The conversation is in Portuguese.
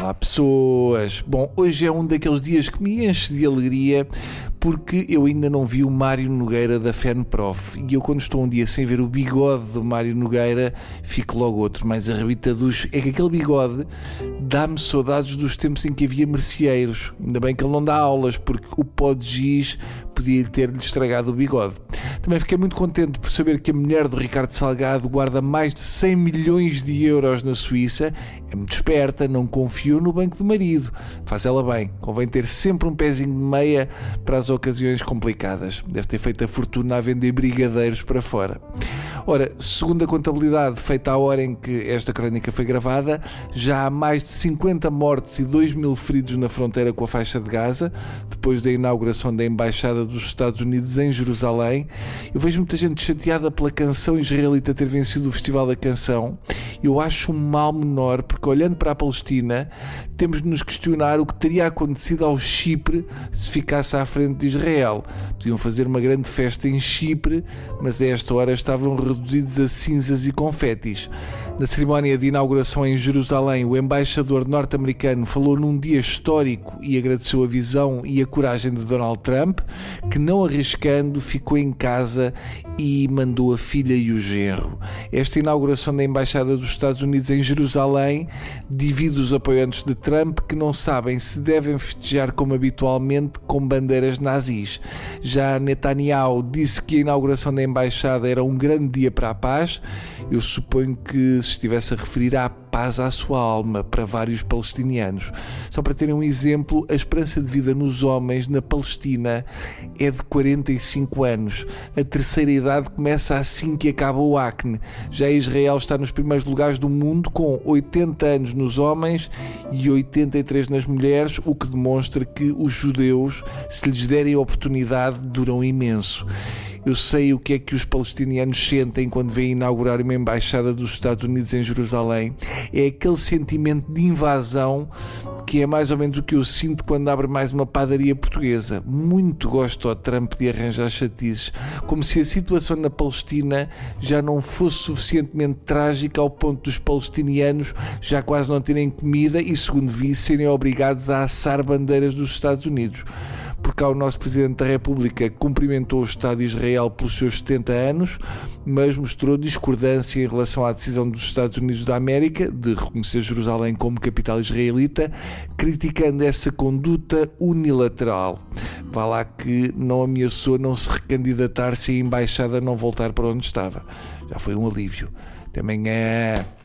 Olá pessoas! Bom, hoje é um daqueles dias que me enche de alegria porque eu ainda não vi o Mário Nogueira da FENPROF e eu, quando estou um dia sem ver o bigode do Mário Nogueira, fico logo outro mais arrebitaducho. É que aquele bigode dá-me saudades dos tempos em que havia merceeiros. Ainda bem que ele não dá aulas, porque o pó de giz podia ter-lhe estragado o bigode. Também fiquei muito contente por saber que a mulher do Ricardo Salgado guarda mais de 100 milhões de euros na Suíça. É muito esperta, não confiou no banco do marido. Faz ela bem, convém ter sempre um pezinho de meia para as ocasiões complicadas. Deve ter feito a fortuna a vender brigadeiros para fora. Ora, segundo a contabilidade feita à hora em que esta crónica foi gravada, já há mais de 50 mortos e 2.000 feridos na fronteira com a faixa de Gaza, depois da inauguração da Embaixada dos Estados Unidos em Jerusalém. Eu vejo muita gente chateada pela canção israelita ter vencido o Festival da Canção. Eu acho um mal menor, porque olhando para a Palestina, temos de nos questionar o que teria acontecido ao Chipre se ficasse à frente de Israel. Podiam fazer uma grande festa em Chipre, mas a esta hora estavam reduzidos a cinzas e confetis. Na cerimónia de inauguração em Jerusalém, o embaixador norte-americano falou num dia histórico e agradeceu a visão e a coragem de Donald Trump, que, não arriscando, ficou em casa e mandou a filha e o genro. Esta inauguração da Embaixada dos Estados Unidos em Jerusalém divide os apoiantes de Trump, que não sabem se devem festejar como habitualmente com bandeiras nazis. Já Netanyahu disse que a inauguração da Embaixada era um grande dia para a paz. Eu suponho que se estivesse a referir à paz à sua alma para vários palestinianos. Só para terem um exemplo, a esperança de vida nos homens na Palestina é de 45 anos. A terceira idade começa assim que acaba o acne. Já Israel está nos primeiros lugares do mundo, com 80 anos nos homens e 83 nas mulheres, o que demonstra que os judeus, se lhes derem a oportunidade, duram imenso. Eu sei o que é que os palestinianos sentem quando vêm inaugurar uma embaixada dos Estados Unidos em Jerusalém. É aquele sentimento de invasão que é mais ou menos o que eu sinto quando abre mais uma padaria portuguesa. Muito gosto ao Trump de arranjar chatices, como se a situação na Palestina já não fosse suficientemente trágica ao ponto dos palestinianos já quase não terem comida e, segundo vi, serem obrigados a assar bandeiras dos Estados Unidos. Por cá, o nosso Presidente da República cumprimentou o Estado de Israel pelos seus 70 anos, mas mostrou discordância em relação à decisão dos Estados Unidos da América de reconhecer Jerusalém como capital israelita, criticando essa conduta unilateral. Vá lá que não ameaçou não se recandidatar se a embaixada não voltar para onde estava. Já foi um alívio. Até amanhã.